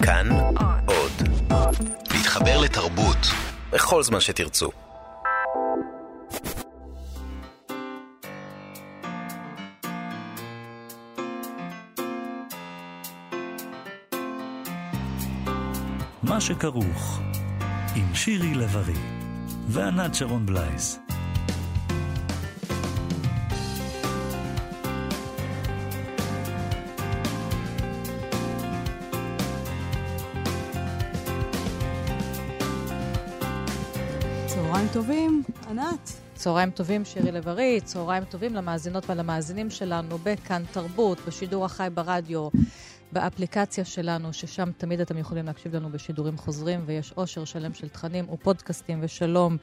כאן עוד. להתחבר לתרבות בכל זמן שתרצו. מה שכרוך עם שירי לב-ארי וענת שרון בלייס. צהריים טובים, ענת. צהריים טובים, שירי לב-ארי. צהריים טובים למאזינות ולמאזינים שלנו בכאן תרבות, בשידור החי ברדיו, באפליקציה שלנו, ששם תמיד אתם יכולים להקשיב לנו בשידורים חוזרים, ויש עושר שלם של תכנים ופודקאסטים, ושלום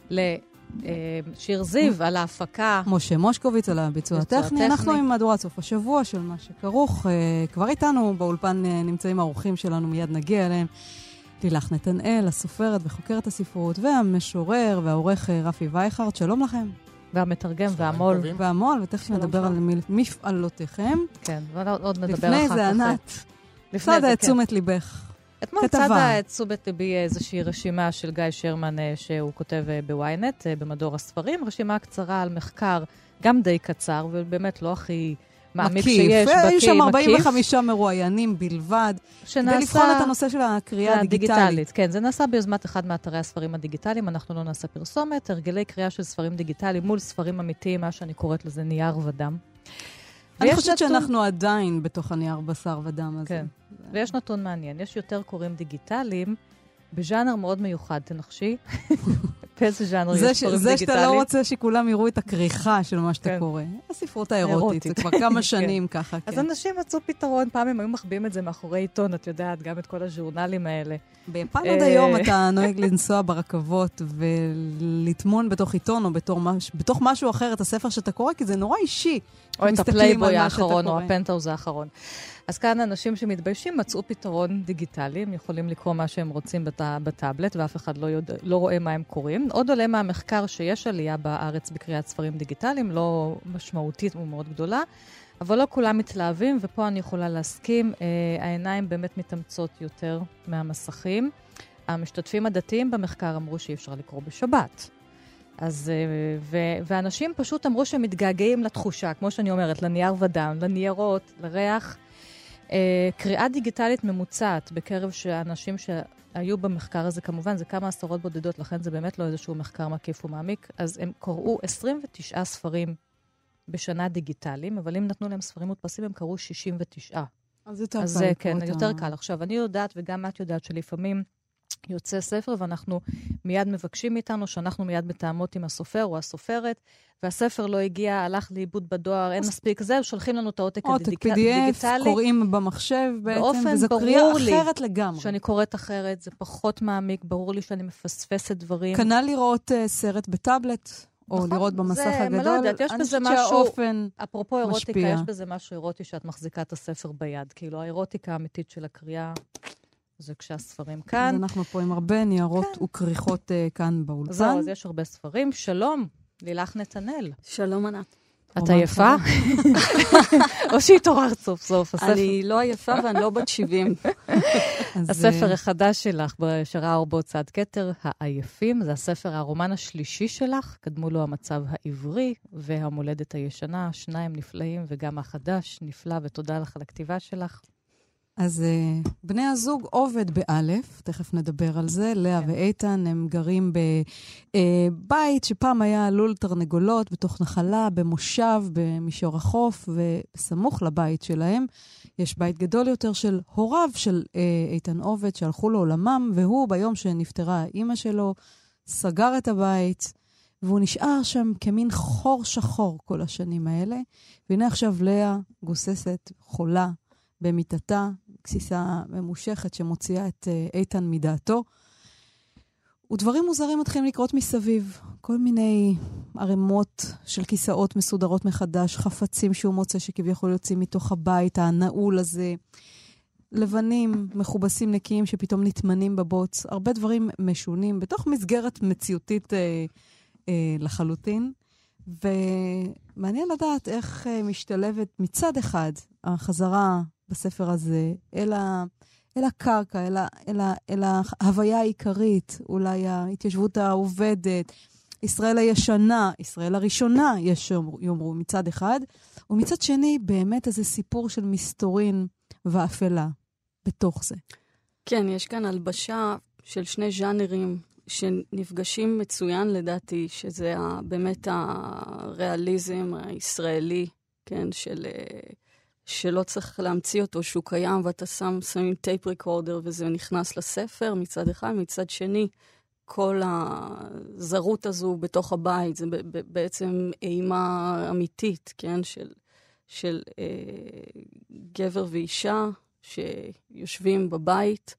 לשיר זיו על ההפקה. משה מושקוביץ על הביצוע הטכני. אנחנו עם מהדורת סוף השבוע של מה שכרוך. כבר איתנו באולפן נמצאים האורחים שלנו, מיד נגיע אליהם. לילך נתנאל, הסופרת וחוקרת הספרות, והמשורר והעורך רפי וייכרד. שלום לכם. והמתרגם והמול. והמול, ותכף נדבר על מפעלותיכם. כן, ועוד נדבר אחר כך. לפני זה, ענת, צדה את תשומת ליבך. אתמול צדה את תשומת ליבי איזושהי רשימה של גיא שרמן שהוא כותב בוויינט, במדור הספרים, רשימה קצרה על מחקר, גם די קצר, ובאמת לא הכי מעמיק שיש. היו שם 45 מרואיינים בלבד, כדי לבחון את הנושא של הקריאה הדיגיטלית. כן, זה נעשה ביוזמת אחד מאתרי הספרים הדיגיטליים, אנחנו לא נעשה פרסומת, הרגלי קריאה של ספרים דיגיטליים מול ספרים אמיתיים, מה שאני קוראת לזה נייר ודם. אני חושבת שאנחנו עדיין בתוך הנייר בשר ודם הזה. כן, ויש נתון מעניין, יש יותר קוראים דיגיטליים, בז'אנר מאוד מיוחד, תנחשי. באיזה ז'אנר יש קוראים דיגיטליים? זה שאתה לא רוצה שכולם יראו את הכריכה של מה שאתה קורא. הספרות האירוטית, זה כבר כמה שנים ככה. אז אנשים מצאו פתרון, פעם הם היו מחביאים את זה מאחורי עיתון, את יודעת, גם את כל הז'ורנלים האלה. ביפן עד היום אתה נוהג לנסוע ברכבות ולטמון בתוך עיתון או בתוך משהו אחר את הספר שאתה קורא, כי זה נורא אישי. או את הפלייבוי האחרון או הפנטהאוז האחרון. אז כאן אנשים שמתביישים מצאו פתרון דיגיטלי, הם יכולים לקרוא מה שהם רוצים בטאבלט, ואף אחד לא רואה מה הם קוראים. עוד עולה מהמחקר שיש עלייה בארץ בקריאת ספרים דיגיטליים, לא משמעותית ומאוד גדולה, אבל לא כולם מתלהבים, ופה אני יכולה להסכים, העיניים באמת מתאמצות יותר מהמסכים. המשתתפים הדתיים במחקר אמרו שאי אפשר לקרוא בשבת. אז, ואנשים פשוט אמרו שהם מתגעגעים לתחושה, כמו שאני אומרת, לנייר ודם, לניירות, לריח. קריאה דיגיטלית ממוצעת בקרב האנשים שהיו במחקר הזה, כמובן זה כמה עשרות בודדות, לכן זה באמת לא איזשהו מחקר מקיף ומעמיק, אז הם קראו 29 ספרים בשנה דיגיטליים, אבל אם נתנו להם ספרים מודפסים, הם קראו 69. אז יותר אז קל. כן, יותר קל. עכשיו, אני יודעת, וגם את יודעת שלפעמים יוצא ספר, ואנחנו מיד מבקשים מאיתנו, שאנחנו מיד מתאמות עם הסופר או הסופרת, והספר לא הגיע, הלך לאיבוד בדואר, אין מספיק זה, שולחים לנו את העותק הדיגיטלי. PDF, קוראים במחשב בעצם, וזו קריאה אחרת לגמרי. שאני קוראת אחרת, זה פחות מעמיק, ברור לי שאני מפספסת דברים. כנ"ל לראות סרט בטאבלט, או לראות במסך הגדול. יש בזה משהו, אפרופו אירוטיקה, יש בזה משהו אירוטי שאת מחזיקה את הספר ביד. כאילו, האירוטיקה האמיתית של הקריאה, זה כשהספרים כאן. אז אנחנו פה עם הרבה ניירות וכריכות כאן באולפן. זהו, אז יש הרבה ספרים. שלום, לילך נתנאל. שלום ענת. את עייפה? או שהתעוררת סוף סוף? אני לא עייפה ואני לא בת 70. הספר החדש שלך, שראה אור בהוצאת כתר, העייפים, זה הספר, הרומן השלישי שלך, קדמו לו המצב העברי והמולדת הישנה, שניים נפלאים וגם החדש נפלא, ותודה לך על הכתיבה שלך. אז בני הזוג עובד באלף, תכף נדבר על זה, לאה ואיתן, הם גרים בבית שפעם היה לול תרנגולות, בתוך נחלה, במושב, במישור החוף, וסמוך לבית שלהם, יש בית גדול יותר של הוריו של איתן עובד, שהלכו לעולמם, והוא ביום שנפטרה האמא שלו, סגר את הבית, והוא נשאר שם כמין חור שחור כל השנים האלה, והנה עכשיו לאה גוססת, חולה, במיטתה, גסיסה ממושכת שמוציאה את איתן מדעתו. ודברים מוזרים מתחילים לקרות מסביב. כל מיני ערימות של כיסאות מסודרות מחדש, חפצים שהוא מוצא שכביכול יוצאים מתוך הבית, הנעול הזה, לבנים, מחובסים נקיים שפתאום נתמנים בבוץ, הרבה דברים משונים, בתוך מסגרת מציאותית לחלוטין. ומעניין לדעת איך משתלבת מצד אחד החזרה בספר הזה אל הקרקע, אל ההוויה העיקרית, אולי ההתיישבות העובדת, ישראל הישנה, ישראל הראשונה, יש יאמרו מצד אחד, ומצד שני באמת איזה סיפור של מסתורין ואפלה בתוך זה. כן, יש כאן הלבשה של שני ז'אנרים שנפגשים מצוין לדעתי, שזה באמת הריאליזם הישראלי, כן, שלא צריך להמציא אותו, שהוא קיים, ואתה שמים טייפ ריקורדר וזה נכנס לספר מצד אחד, מצד שני, כל הזרות הזו בתוך הבית, זה בעצם אימה אמיתית, כן, של גבר ואישה שיושבים בבית,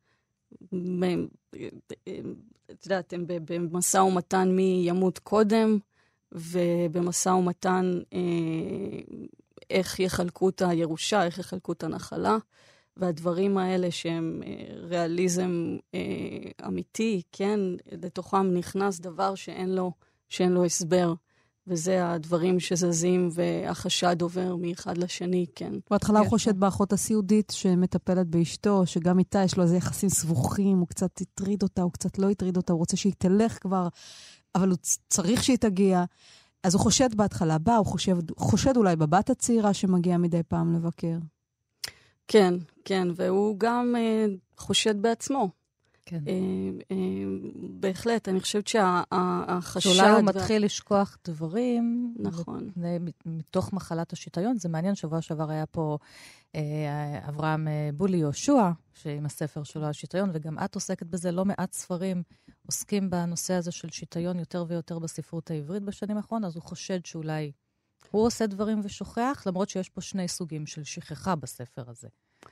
את יודעת, הם במשא ומתן מי ימות קודם, ובמשא ומתן איך יחלקו את הירושה, איך יחלקו את הנחלה, והדברים האלה שהם ריאליזם אמיתי, כן, לתוכם נכנס דבר שאין לו הסבר, וזה הדברים שזזים והחשד עובר מאחד לשני, כן. בהתחלה הוא חושד באחות הסיעודית שמטפלת באשתו, שגם איתה יש לו איזה יחסים סבוכים, הוא קצת הטריד אותה, הוא קצת לא הטריד אותה, הוא רוצה שהיא תלך כבר, אבל הוא צריך שהיא תגיע. אז הוא חושד בהתחלה בה, הוא חושד אולי בבת הצעירה שמגיעה מדי פעם לבקר. כן, כן, והוא גם חושד בעצמו. כן. בהחלט, אני חושבת שהחשד... שאולי הוא מתחיל לשכוח דברים. נכון. מתוך מחלת השיטיון. זה מעניין, שבוע שעבר היה פה אברהם בולי יהושע, עם הספר שלו על שיטיון, וגם את עוסקת בזה. לא מעט ספרים עוסקים בנושא הזה של שיטיון יותר ויותר בספרות העברית בשנים האחרונות, אז הוא חושד שאולי הוא עושה דברים ושוכח, למרות שיש פה שני סוגים של שכחה בספר הזה.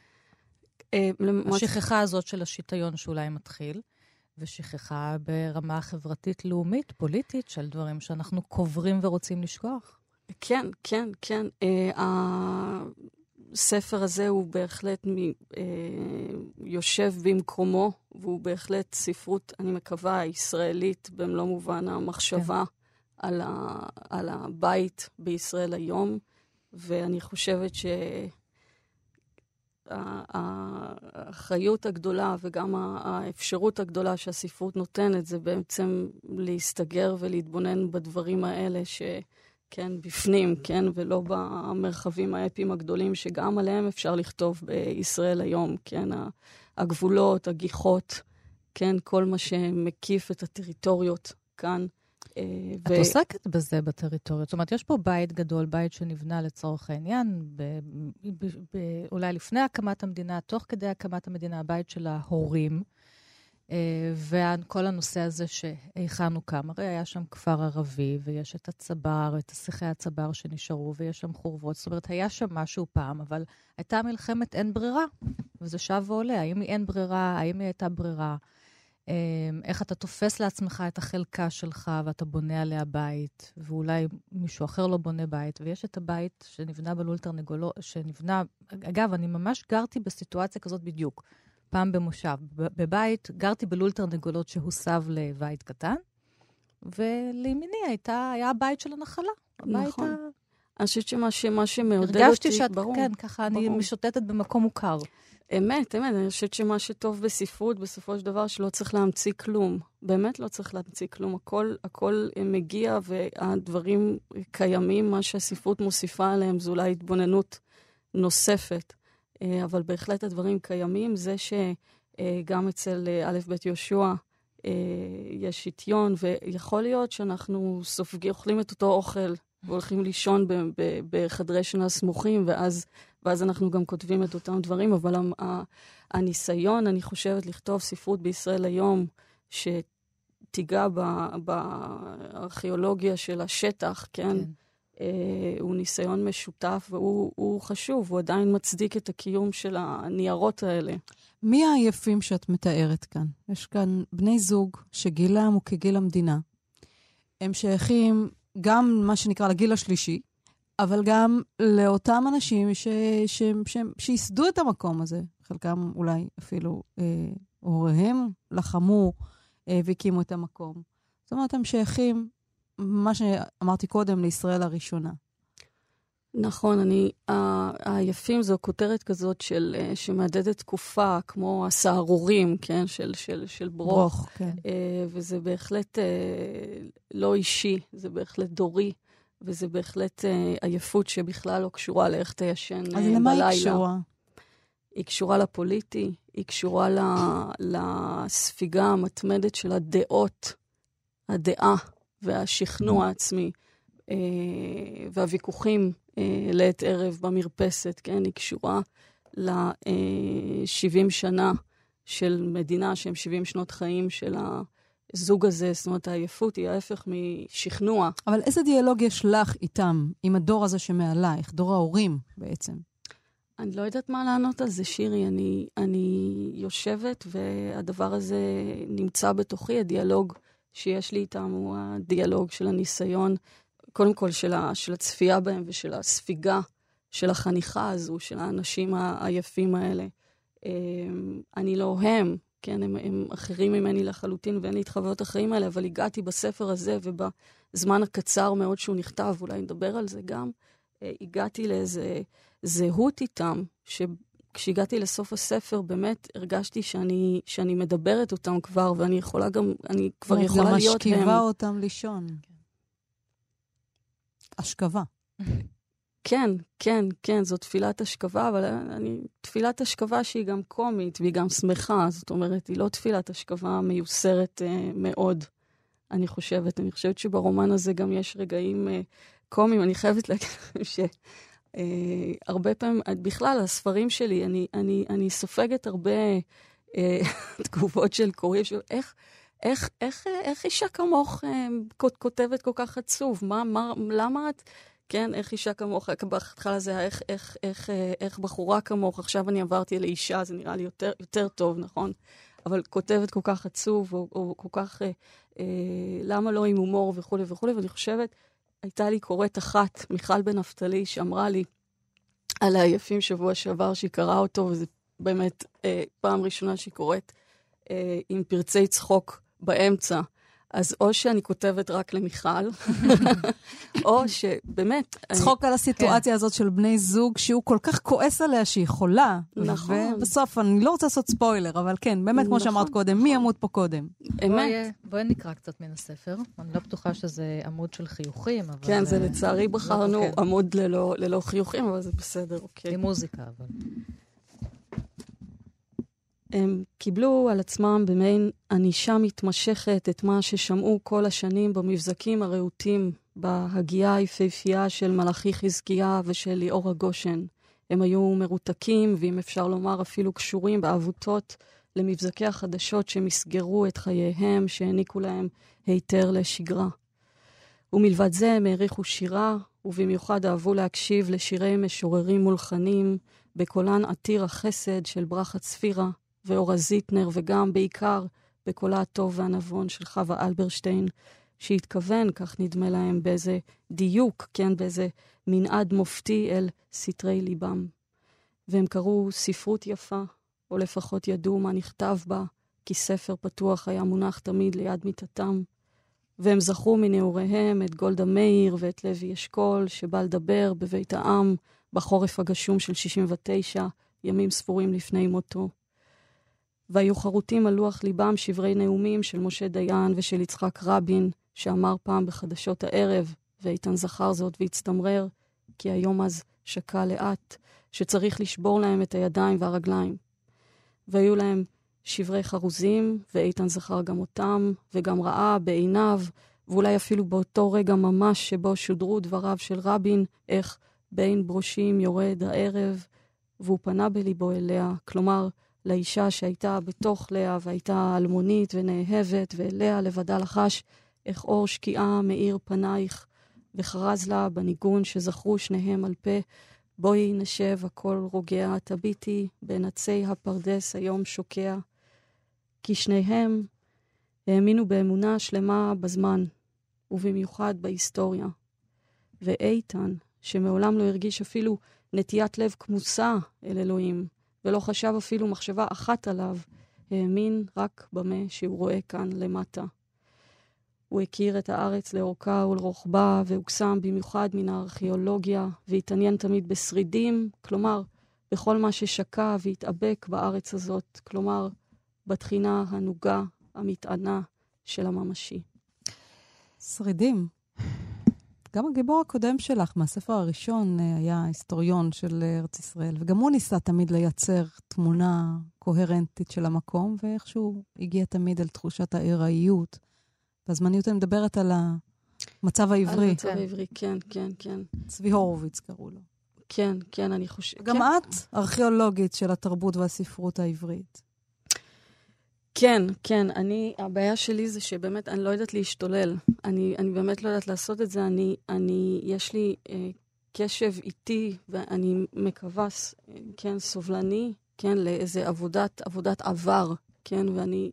השכחה הזאת של השיטיון שאולי מתחיל, ושכחה ברמה חברתית-לאומית, פוליטית, של דברים שאנחנו קוברים ורוצים לשכוח. כן, כן, כן. הספר הזה הוא בהחלט יושב במקומו, והוא בהחלט ספרות, אני מקווה, ישראלית, במלוא מובן המחשבה על הבית בישראל היום, ואני חושבת האחריות הגדולה וגם האפשרות הגדולה שהספרות נותנת זה בעצם להסתגר ולהתבונן בדברים האלה שכן בפנים, כן, ולא במרחבים האפיים הגדולים שגם עליהם אפשר לכתוב בישראל היום, כן, הגבולות, הגיחות, כן, כל מה שמקיף את הטריטוריות כאן. את עוסקת בזה בטריטוריות. זאת אומרת, יש פה בית גדול, בית שנבנה לצורך העניין, אולי לפני הקמת המדינה, תוך כדי הקמת המדינה, הבית של ההורים, וכל הנושא הזה שהיכן הוקם. הרי היה שם כפר ערבי, ויש את הצבר, את שיחי הצבר שנשארו, ויש שם חורבות. זאת אומרת, היה שם משהו פעם, אבל הייתה מלחמת אין ברירה, וזה שב ועולה. האם היא אין ברירה? האם היא הייתה ברירה? איך אתה תופס לעצמך את החלקה שלך, ואתה בונה עליה בית, ואולי מישהו אחר לא בונה בית, ויש את הבית שנבנה בלול תרנגולות, שנבנה, אגב, אני ממש גרתי בסיטואציה כזאת בדיוק, פעם במושב, בבית, גרתי בלול תרנגולות שהוסב לבית קטן, ולימיני היה הבית של הנחלה. נכון. אני חושבת שמה שמעודד אותי, הרגשתי שאת, כן, ככה אני משוטטת במקום מוכר. אמת, אני חושבת שמה שטוב בספרות, בסופו של דבר, שלא צריך להמציא כלום. באמת לא צריך להמציא כלום. הכל מגיע והדברים קיימים, מה שהספרות מוסיפה עליהם, זו אולי התבוננות נוספת. אבל בהחלט הדברים קיימים. זה שגם אצל א' ב' יהושע יש שיטיון, ויכול להיות שאנחנו אוכלים את אותו אוכל, והולכים לישון בחדרי שינה סמוכים, ואז אנחנו גם כותבים את אותם דברים, אבל הניסיון, אני חושבת, לכתוב ספרות בישראל היום, שתיגע בארכיאולוגיה של השטח, כן? הוא ניסיון משותף, והוא חשוב, הוא עדיין מצדיק את הקיום של הניירות האלה. מי היפים שאת מתארת כאן? יש כאן בני זוג שגילם הוא כגיל המדינה. הם שייכים גם מה שנקרא לגיל השלישי, אבל גם לאותם אנשים שיסדו את המקום הזה. חלקם אולי אפילו הוריהם לחמו והקימו את המקום. זאת אומרת, הם שייכים, מה שאמרתי קודם, לישראל הראשונה. נכון, היפים זו כותרת כזאת שמעדדת תקופה, כמו הסערורים, כן, של ברוך. כן. וזה בהחלט לא אישי, זה בהחלט דורי, וזה בהחלט עייפות שבכלל לא קשורה לאיך תישן בלילה. אז למה היא קשורה? היא קשורה לפוליטי, היא קשורה לספיגה המתמדת של הדעה והשכנוע העצמי, והוויכוחים לעת ערב במרפסת, כן? היא קשורה ל-70 שנה של מדינה, שהם 70 שנות חיים של הזוג הזה, זאת אומרת, העייפות היא ההפך משכנוע. אבל איזה דיאלוג יש לך איתם, עם הדור הזה שמעלייך, דור ההורים בעצם? אני לא יודעת מה לענות על זה, שירי. אני יושבת, והדבר הזה נמצא בתוכי. הדיאלוג שיש לי איתם הוא הדיאלוג של הניסיון, קודם כל של הצפייה בהם ושל הספיגה של החניכה הזו, של האנשים היפים האלה. אני לא הם, כן, הם אחרים ממני לחלוטין, ואין לי את חוויות החיים האלה, אבל הגעתי בספר הזה, ובזמן הקצר מאוד שהוא נכתב, אולי נדבר על זה גם, הגעתי לאיזה זהות איתם, כשהגעתי לסוף הספר, באמת הרגשתי שאני מדברת אותם כבר, ואני יכולה גם, אני כבר יכולה להיות הם. גם משכיבה אותם לישון. השכבה. כן, זו תפילת השכבה, אבל תפילת השכבה שהיא גם קומית, והיא גם שמחה, זאת אומרת, היא לא תפילת השכבה מיוסרת מאוד, אני חושבת שברומן הזה גם יש רגעים קומיים. אני חייבת להגיד שהרבה פעמים, בכלל, הספרים שלי, אני סופגת הרבה תגובות של קוראים, איך אישה כמוך כותבת כל כך עצוב? למה את... כן, איך אישה כמוך, בהתחלה זה איך בחורה כמוך, עכשיו אני עברתי לאישה, זה נראה לי יותר טוב, נכון? אבל כותבת כל כך עצוב, או כל כך, למה לא עם הומור וכו' וכו', ואני חושבת, הייתה לי קוראת אחת, מיכל בן נפתלי, שאמרה לי על היפים שבוע שעבר, שהיא קראה אותו, וזה באמת פעם ראשונה שהיא קוראת, עם פרצי צחוק באמצע, אז או שאני כותבת רק למיכל, או שבאמת... צחוק על הסיטואציה הזאת של בני זוג, שהוא כל כך כועס עליה שהיא חולה. נכון. ובסוף, אני לא רוצה לעשות ספוילר, אבל כן, באמת כמו שאמרת קודם, מי ימות פה קודם? אמת. בואי נקרא קצת מן הספר. אני לא בטוחה שזה עמוד של חיוכים, אבל... כן, זה לצערי בחרנו עמוד ללא חיוכים, אבל זה בסדר, אוקיי. עם מוזיקה, אבל... הם קיבלו על עצמם במעין ענישה מתמשכת את מה ששמעו כל השנים במבזקים הרעותים בהגיעה היפהפייה של מלאכי חזקיה ושל ליאור הגושן. הם היו מרותקים, ואם אפשר לומר אפילו קשורים בעבותות למבזקי החדשות שמסגרו את חייהם, שהעניקו להם היתר לשגרה. ומלבד זה הם העריכו שירה, ובמיוחד אהבו להקשיב לשירי משוררים מולחנים, בקולן עתיר החסד של ברכה צפירה, ואורה זיטנר, וגם בעיקר בקולה הטוב והנבון של חווה אלברשטיין, שהתכוון, כך נדמה להם, באיזה דיוק, כן, באיזה מנעד מופתי אל סתרי ליבם. והם קראו ספרות יפה, או לפחות ידעו מה נכתב בה, כי ספר פתוח היה מונח תמיד ליד מיטתם. והם זכרו מנעוריהם את גולדה מאיר ואת לוי אשכול, שבא לדבר בבית העם בחורף הגשום של 69, ימים ספורים לפני מותו. והיו חרוטים על לוח ליבם שברי נאומים של משה דיין ושל יצחק רבין, שאמר פעם בחדשות הערב, ואיתן זכר זאת והצטמרר, כי היום אז שקע לאט, שצריך לשבור להם את הידיים והרגליים. והיו להם שברי חרוזים, ואיתן זכר גם אותם, וגם ראה בעיניו, ואולי אפילו באותו רגע ממש שבו שודרו דבריו של רבין, איך בין ברושים יורד הערב, והוא פנה בליבו אליה, כלומר, לאישה שהייתה בתוך לאה, והייתה אלמונית ונאהבת, ואליה לבדה לחש, איך אור שקיעה מאיר פנייך, וחרז לה בניגון שזכרו שניהם על פה, בואי נשב הכל רוגע, תביטי, בין עצי הפרדס היום שוקע. כי שניהם האמינו באמונה שלמה בזמן, ובמיוחד בהיסטוריה. ואיתן, שמעולם לא הרגיש אפילו נטיית לב כמוסה אל אלוהים, ולא חשב אפילו מחשבה אחת עליו, האמין רק במה שהוא רואה כאן למטה. הוא הכיר את הארץ לאורכה ולרוחבה, והוקסם במיוחד מן הארכיאולוגיה, והתעניין תמיד בשרידים, כלומר, בכל מה ששקע והתאבק בארץ הזאת, כלומר, בתחינה הנוגה, המטענה של הממשי. שרידים. גם הגיבור הקודם שלך, מהספר הראשון, היה היסטוריון של ארץ ישראל, וגם הוא ניסה תמיד לייצר תמונה קוהרנטית של המקום, ואיכשהו הגיע תמיד אל תחושת העיראיות. והזמניות אני מדברת על המצב העברי. על המצב העברי, כן, כן, כן. צבי הורוביץ קראו לו. כן, כן, אני חושבת. גם את ארכיאולוגית של התרבות והספרות העברית. כן, כן, הבעיה שלי זה שבאמת אני לא יודעת להשתולל. אני באמת לא יודעת לעשות את זה. יש לי קשב איטי, ואני מקווה, כן, סובלני, כן, לאיזה עבודת עבר, כן, ואני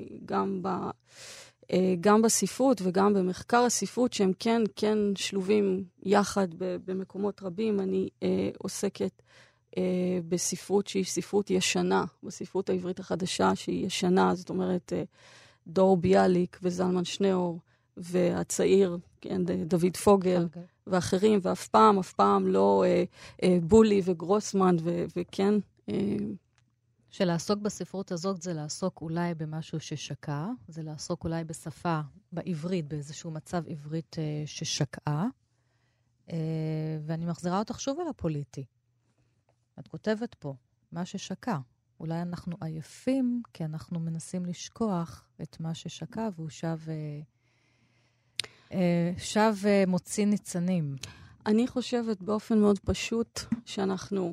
גם בספרות וגם במחקר הספרות, שהם כן שלובים יחד במקומות רבים. אני עוסקת בספרות שהיא ספרות ישנה, בספרות העברית החדשה שהיא ישנה, זאת אומרת, דור ביאליק וזלמן שניאור, והצעיר, כן, דוד פוגל, ואחרים, ואף פעם לא בולי וגרוסמן, וכן. שלעסוק בספרות הזאת זה לעסוק אולי במשהו ששקע, זה לעסוק אולי בשפה, בעברית, באיזשהו מצב עברית ששקעה, ואני מחזירה אותך שוב אל הפוליטי. את כותבת פה, מה ששקע. אולי אנחנו עייפים, כי אנחנו מנסים לשכוח את מה ששקע, והוא שב מוציא ניצנים. אני חושבת באופן מאוד פשוט שאנחנו,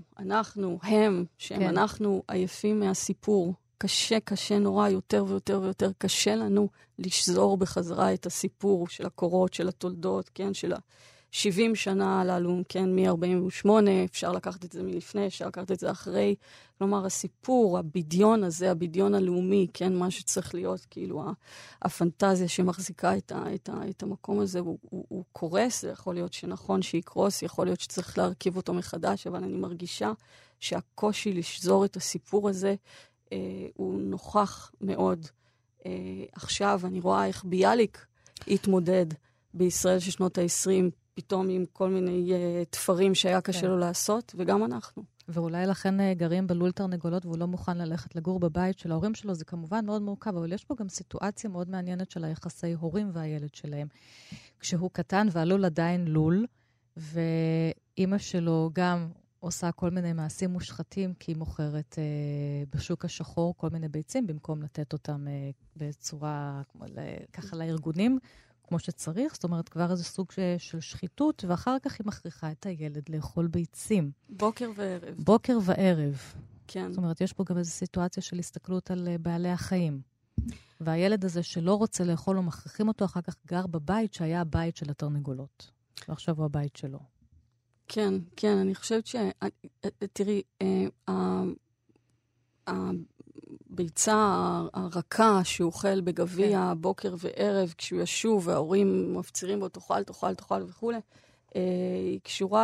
אנחנו עייפים מהסיפור. קשה נורא, יותר ויותר קשה לנו לשזור בחזרה את הסיפור של הקורות, של התולדות, כן, של 70 שנה הללו, כן, מ-48, אפשר לקחת את זה מלפני, אפשר לקחת את זה אחרי. כלומר, הסיפור, הבדיון הזה, הבדיון הלאומי, כן, מה שצריך להיות, כאילו, הפנטזיה שמחזיקה את המקום הזה, הוא קורס, זה יכול להיות שנכון שיקרוס, יכול להיות שצריך להרכיב אותו מחדש, אבל אני מרגישה שהקושי לשזור את הסיפור הזה, הוא נוכח מאוד. עכשיו אני רואה איך ביאליק התמודד בישראל של שנות ה-20, פתאום עם כל מיני תפרים שהיה קשה לו לעשות, וגם אנחנו. ואולי לכן גרים בלול תרנגולות, והוא לא מוכן ללכת לגור בבית של ההורים שלו, זה כמובן מאוד מורכב, אבל יש פה גם סיטואציה מאוד מעניינת של היחסי הורים והילד שלהם. כשהוא קטן והלול עדיין לול, ואימא שלו גם עושה כל מיני מעשים מושחתים, כי היא מוכרת בשוק השחור כל מיני ביצים, במקום לתת אותם בצורה ככה לארגונים, כמו שצריך, זאת אומרת, כבר איזה סוג של שחיתות, ואחר כך היא מכריחה את הילד לאכול ביצים. בוקר וערב. כן. זאת אומרת, יש פה גם איזו סיטואציה של הסתכלות על בעלי החיים. והילד הזה שלא רוצה לאכול, ומכריחים אותו, אחר כך גר בבית שהיה הבית של התרנגולות. ועכשיו הוא הבית שלו. כן, כן, אני חושבת תראי, הביצה הרכה שהוא אוכל בגביע בוקר וערב, כשהוא ישוב וההורים מפצירים בו, תאכל וכו', היא קשורה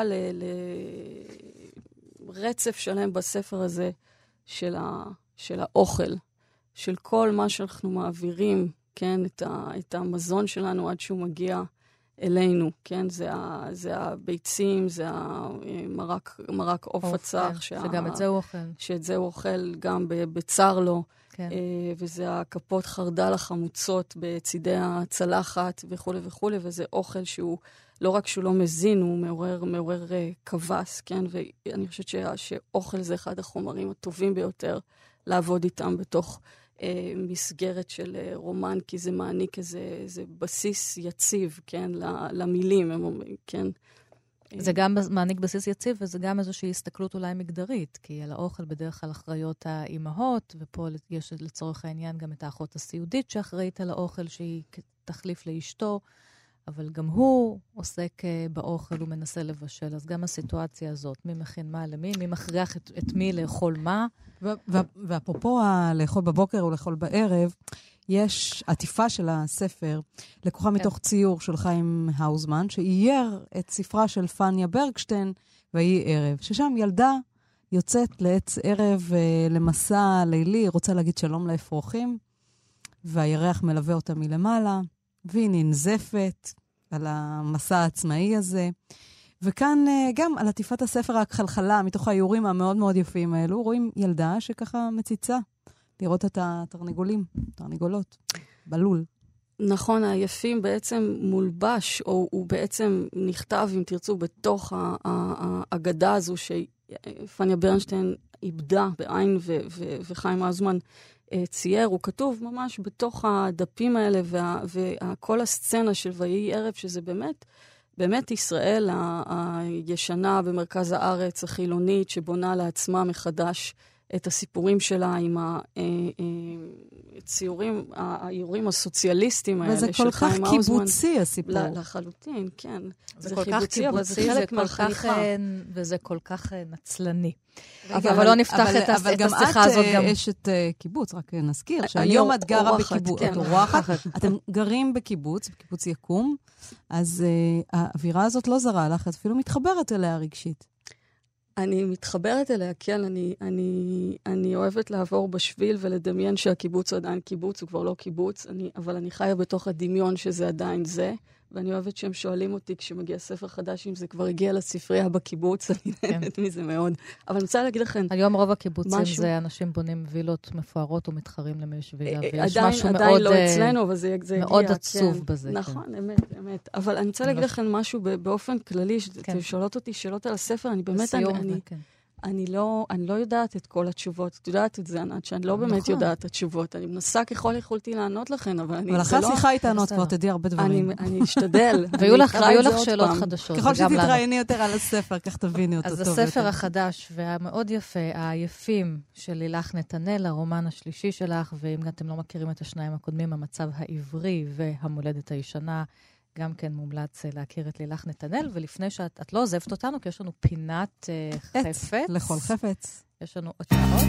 לרצף שלם בספר הזה של האוכל, של כל מה שאנחנו מעבירים, כן, את המזון שלנו עד שהוא מגיע אלינו, כן, זה הביצים, זה המרק עוף הצח, שגם את זה הוא אוכל. שאת זה הוא אוכל גם בצר לו, כן. וזה הכפות חרדל החמוצות בצידי הצלחת וכו' וכו', וזה אוכל שהוא, לא רק שהוא לא מזין, הוא מעורר כבס, כן, ואני חושבת שאוכל זה אחד החומרים הטובים ביותר לעבוד איתם בתוך מסגרת של רומן, כי זה מעניק איזה בסיס יציב, כן, למילים, כן. זה גם מעניק בסיס יציב, וזה גם איזושהי הסתכלות אולי מגדרית, כי על האוכל בדרך כלל אחראיות האימהות, ופה יש לצורך העניין גם את האחות הסיעודית שאחראית על האוכל, שהיא תחליף לאשתו, אבל גם הוא עוסק באוכל, הוא מנסה לבשל. אז גם הסיטואציה הזאת, מי מכין מה למי, מי מכריח את מי לאכול מה. ואפרופו לאכול בבוקר או לאכול בערב, יש עטיפה של הספר, לקוחה מתוך ציור של חיים האוזמן, שאייר את ספרה של פניה ברגשטיין, והיא ערב. ששם ילדה יוצאת לעץ ערב למסע לילי, רוצה להגיד שלום לאפרוחים, והירח מלווה אותה מלמעלה. והיא ננזפת על המסע העצמאי הזה. וכאן גם על עטיפת הספר הכחלחלה, מתוך האיורים המאוד מאוד יפים האלו, רואים ילדה שככה מציצה לראות את תרנגולות, בלול. נכון, היפים בעצם מולבש, או הוא בעצם נכתב, אם תרצו, בתוך האגדה הזו שפניה ברנשטיין איבדה בעין וחיים האוזמן צייר, הוא כתוב ממש בתוך הדפים האלה, וכל הסצנה של ויהי ערב, שזה באמת ישראל הישנה במרכז הארץ, החילונית, שבונה לעצמה מחדש את הסיפורים שלה עם הציורים, האיורים הסוציאליסטיים האלה של חיים האוזמן. וזה כל כך קיבוצי הסיפור. לחלוטין, כן. זה כל כך קיבוצי, וזה כל כך נצלני. אבל לא נפתח את השיחה הזאת גם. אבל גם את אשת קיבוץ, רק נזכיר, שהיום את גרה בקיבוץ, את אורחת, אתם גרים בקיבוץ יקום, אז האווירה הזאת לא זרה לך, את אפילו מתחברת אליה רגשית. אני מתחברת אליה, כן, אני אוהבת לעבור בשביל ולדמיין שהקיבוץ עדיין קיבוץ, הוא כבר לא קיבוץ, אבל אני חיה בתוך הדמיון שזה עדיין זה, ואני אוהבת שהם שואלים אותי כשמגיע ספר חדש, אם זה כבר הגיע לספרייה בקיבוץ, אני נהנית מזה מאוד. אבל אני רוצה להגיד לכם... היום רוב הקיבוצים זה אנשים בונים וילות מפוארות ומתחרים למי שבילה, ויש משהו עדיין לא אצלנו, אבל זה הגיע. מאוד עצוב בזה. נכון, אמת. אבל אני רוצה להגיד לכם משהו באופן כללי, שאתם שואלות אותי שאלות על הספר, אני באמת... אני לא יודעת את כל התשובות. את יודעת את זה, ענת, שאני לא באמת יודעת את התשובות. אני מנסה ככל יכולתי לענות לכן, אבל אני... אבל אחרי שיחה איתנו, כבר תדעי הרבה דברים. אני אשתדל. ויהיו לך שאלות חדשות. ככל שתתראייני יותר על הספר, כך תביני אותו טוב יותר. אז הספר החדש והמאוד יפה, היפים של לילך נתנאל, הרומן השלישי שלך, ואם אתם לא מכירים את השניים הקודמים, המצב העברי והמולדת הישנה, גם כן מומלץ להכיר את לילך נתנאל, ולפני שאת לא עוזבת אותנו, כי יש לנו פינת חפץ. לכל חפץ. יש לנו עוד שעות.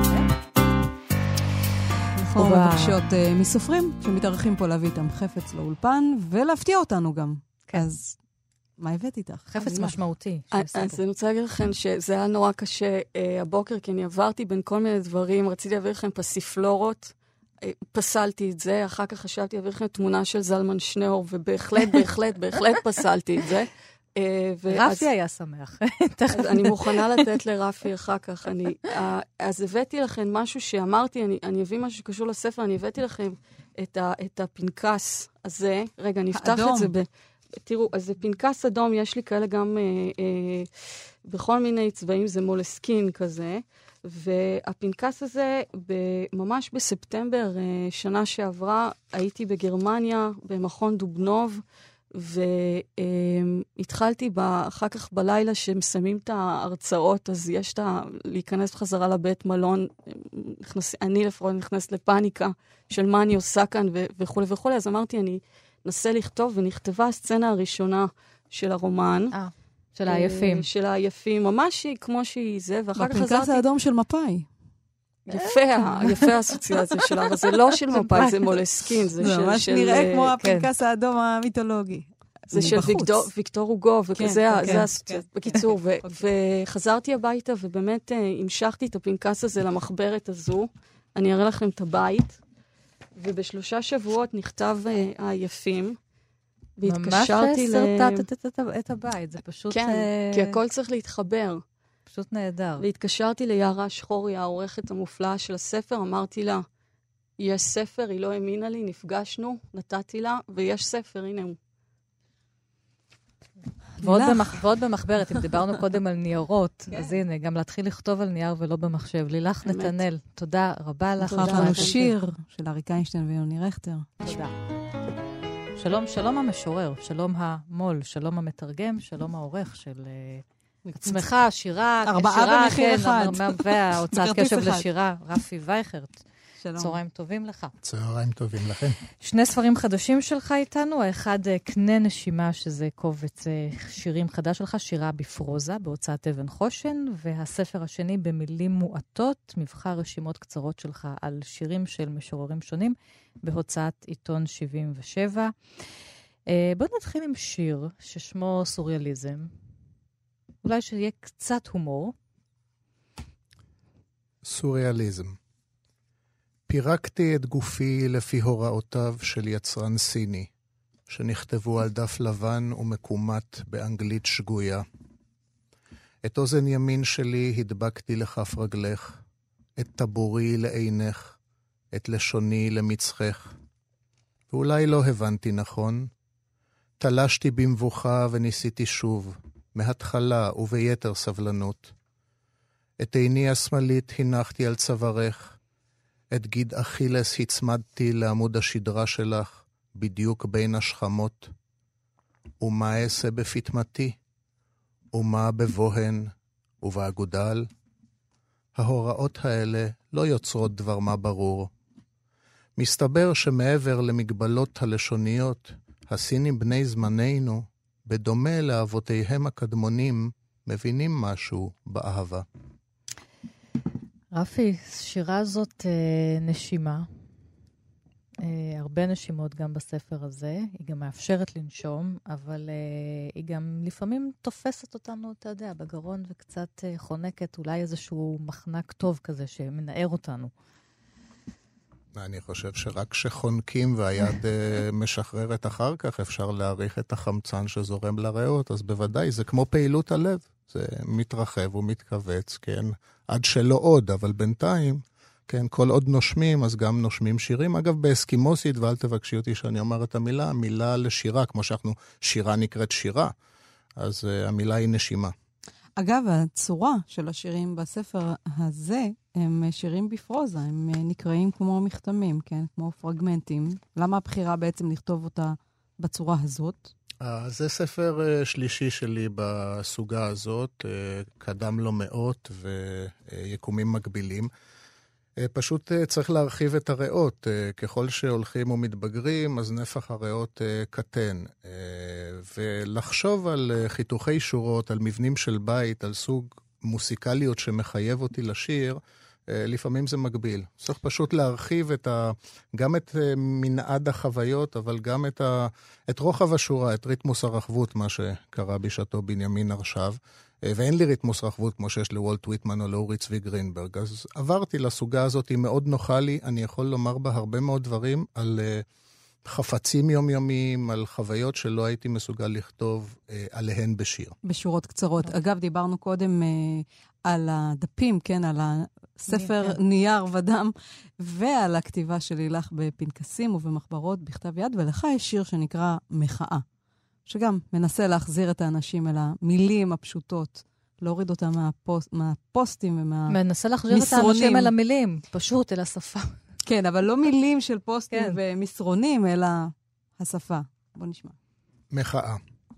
אנחנו מבקשות מסופרים שמתארחים פה להביא איתם חפץ לאולפן, ולהפתיע אותנו גם. אז מה הבאת איתך? חפץ משמעותי. אז אני רוצה להגיד לכם שזה היה נורא קשה הבוקר, כי אני עברתי בין כל מיני דברים, רציתי להביא לכם פסיפלורות, פסלתי את זה, אחר כך חשבתי להביא לכם תמונה של זלמן שנאור, ובהחלט פסלתי את זה. רפי היה שמח. אני מוכנה לתת לרפי אחר כך. אז הבאתי לכם משהו שאמרתי, אני אביא משהו שקשור לספר, אני הבאתי לכם את הפנקס הזה. רגע, נפתח את זה. תראו, אז זה פנקס אדום, יש לי כאלה גם בכל מיני צבעים, זה מולסקין כזה. והפנקס הזה, ממש בספטמבר שנה שעברה, הייתי בגרמניה, במכון דובנוב, והתחלתי אחר כך בלילה שמסיימים את ההרצאות, אז יש להיכנס חזרה לבית מלון, אני לפחות נכנסת לפאניקה של מה אני עושה כאן וכו' וכו', אז אמרתי, אני אנסה לכתוב, ונכתבה הסצנה הראשונה של הרומן, של העייפים. של העייפים, ממש כמו שהיא זה, ואחר כך חזרתי... בפנקס האדום של מפאי. יפה האסוציאציה שלה, אבל זה לא של מפאי, זה מולסקין. זה ממש נראה כמו הפנקס האדום המיתולוגי. זה של ויקטור הוגו, וזה האסוציאציה. בקיצור, וחזרתי הביתה, ובאמת המשכתי את הפנקס הזה למחברת הזו. אני אראה לכם את הבית, וב3 שבועות נכתב העייפים, ממש סרטטת את הבית, זה פשוט... כן, כי הכל צריך להתחבר. פשוט נהדר. והתקשרתי ליערה שחורי, העורכת המופלאה של הספר, אמרתי לה, יש ספר, היא לא האמינה לי, נפגשנו, נתתי לה, ויש ספר, הנה הוא. ועוד במחברת, אם דיברנו קודם על ניירות, אז הנה, גם להתחיל לכתוב על נייר ולא במחשב. לילך נתנאל, תודה רבה לך. תודה לנו שיר של אריק איינשטיין ויוני רכטר. תודה. שלום המשורר, שלום המול, שלום המתרגם, שלום העורך של עצמך, שירה, 4 במחיר אחד. וההוצאת קשב לשירה, רפי וייכרט. צהריים טובים לך. צהריים טובים לכם. 2 ספרים חדשים שלך איתנו, האחד קנה נשימה, שזה קובץ שירים חדש שלך, שירה בפרוזה, בהוצאת אבן חושן, והספר השני במילים מועטות, מבחר רשימות קצרות שלך על שירים של משוררים שונים, בהוצאת עיתון 77. בואו נתחיל עם שיר ששמו סוריאליזם. אולי שיהיה קצת הומור. סוריאליזם. פירקתי את גופי לפי הוראותיו של יצרן סיני. שנכתבו על דף לבן ומקומת באנגלית שגויה. את אוזן ימין שלי הדבקתי לכף רגלך, את טבורי לעינך, את לשוני למצחך. ואולי לא הבנתי נכון. תלשתי במבוכה וניסיתי שוב, מהתחלה וביתר סבלנות. את עיני השמאלית הנחתי על צווארך, את גיד אכילס הצמדתי לעמוד השדרה שלך, בדיוק בין השכמות. ומה אעשה בפתמתי? ומה בבוהן ובאגודל? ההוראות האלה לא יוצרות דבר מה ברור. מסתבר שמעבר למגבלות הלשוניות, הסינים בני זמננו, בדומה לאבותיהם הקדמונים, מבינים משהו באהבה. רפי, שירה הזאת נשימה. הרבה נשימות גם בספר הזה. היא גם מאפשרת לנשום, אבל היא גם לפעמים תופסת אותנו, אתה יודע, בגרון וקצת חונקת, אולי איזשהו מחנק טוב כזה שמנער אותנו. אני חושב שרק כשחונקים והיד משחררת אחר כך, אפשר להעריך את החמצן שזורם לריאות, אז בוודאי זה כמו פעילות הלב. זה מתרחב ומתכווץ, כן, עד שלא עוד, אבל בינתיים, כן, כל עוד נושמים, אז גם נושמים שירים. אגב, באסקימוסית, ואל תבקשי אותי שאני אומר את המילה לשירה, כמו שאנחנו, שירה נקראת שירה, אז המילה היא נשימה. אגב, הצורה של השירים בספר הזה, הם שירים בפרוזה, הם נקראים כמו מכתמים, כן, כמו פרגמנטים. למה הבחירה בעצם לכתוב אותה בצורה הזאת? זה ספר שלישי שלי בסוגה הזאת, קדם לו מאות ויקומים מקבילים. פשוט צריך להרחיב את הריאות. ככל שהולכים ומתבגרים, אז נפח הריאות קטן. ולחשוב על חיתוכי שורות, על מבנים של בית, על סוג מוסיקליות שמחייב אותי לשיר, לפעמים זה מגביל. צריך פשוט להרחיב גם את מנעד החוויות, אבל גם את רוחב השורה, את ריתמוס הרחבות, מה שקרה בשעתו בנימין הרשב. ואין לי ריתמוס רחבות כמו שיש לוולט וויטמן או לאורי צבי גרינברג. אז עברתי לסוגה הזאת, היא מאוד נוחה לי, אני יכול לומר בה הרבה מאוד דברים על חפצים יומיומיים, על חוויות שלא הייתי מסוגל לכתוב עליהן בשיר. בשורות קצרות. אגב, דיברנו קודם על הדפים, כן, על הספר נייר ודם, ועל הכתיבה של לילך בפנקסים ובמחברות בכתב יד, ולך יש שיר שנקרא מחאה. שגם מנסה להחזיר את האנשים אל המילים הפשוטות, להוריד אותם מהפוסטים ומהמסרונים. מנסה להחזיר את האנשים אל המילים, פשוט אל השפה. כן, אבל לא מילים של פוסטים ומסרונים, אלא השפה. בוא נשמע. מחאה.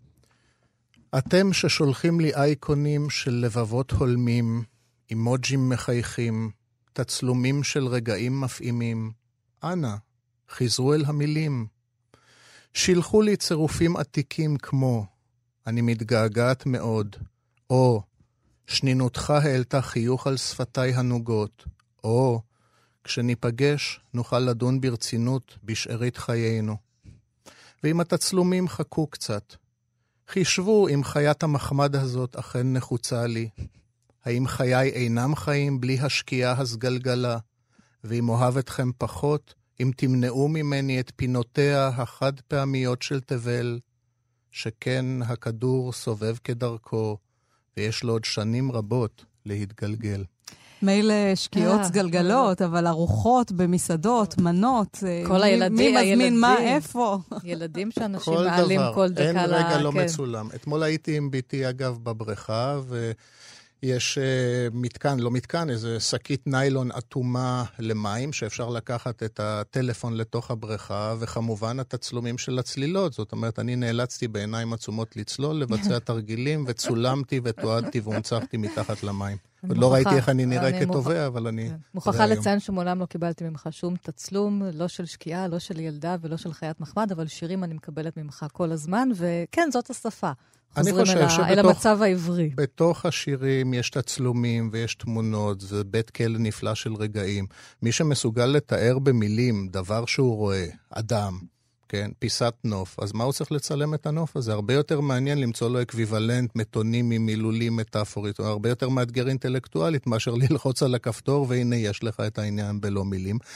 אתם ששולחים לי אייקונים של לבבות הולמים, אימוג'ים מחייכים, תצלומים של רגעים מפעימים, אנא, חזרו אל המילים. שילחו לי צירופים עתיקים כמו, אני מתגעגעת מאוד, או, שנינותך העלתה חיוך על שפתיי הנוגות, או, כשניפגש נוכל לדון ברצינות בשארית חיינו. ואם התצלומים חכו קצת, חישבו אם חיית המחמד הזאת אכן נחוצה לי, האם חיי אינם חיים בלי השקיעה הסגלגלה, ואם אוהב אתכם פחות, אם תמנעו ממני את פינותיה החד פעמיות של תבל, שכן הכדור סובב כדרכו, ויש לו עוד שנים רבות להתגלגל. מילא שקיעות סגלגלות, אבל ארוחות במסעדות, מנות, כל הילדים, מי מזמין מה, איפה? ילדים שאנשים מעלים כל דקה. אין רגע לא מצולם. אתמול הייתי עם ביתי, אגב, בבריכה, יש מתקן, לא מתקן, איזה שקית ניילון אטומה למים, שאפשר לקחת את הטלפון לתוך הבריכה, וכמובן התצלומים של הצלילות. זאת אומרת, אני נאלצתי בעיניים עצומות לצלול, לבצע תרגילים, וצולמתי ותועדתי והונצחתי מתחת למים. לא ראיתי איך אני נראה כטובע, אבל אני... מוכרחה לציין שמעולם לא קיבלתי ממך שום תצלום, לא של שקיעה, לא של ילדה ולא של חיית מחמד, אבל שירים אני מקבלת ממך כל הזמן, וכן, זאת השפה. חוזרים אל המצב העברי. בתוך השירים יש תצלומים ויש תמונות, זה בית כלא נפלא של רגעים. מי שמסוגל לתאר במילים דבר שהוא רואה, אדם, כן, פיסת נוף, אז מה הוא צריך לצלם את הנוף הזה? הרבה יותר מעניין למצוא לו אקוויוולנט, מתונימי, מילולים, מטאפורית, הרבה יותר מאתגר אינטלקטואלית, מאשר ללחוץ על הכפתור, והנה יש לך את העניין בלא מילים.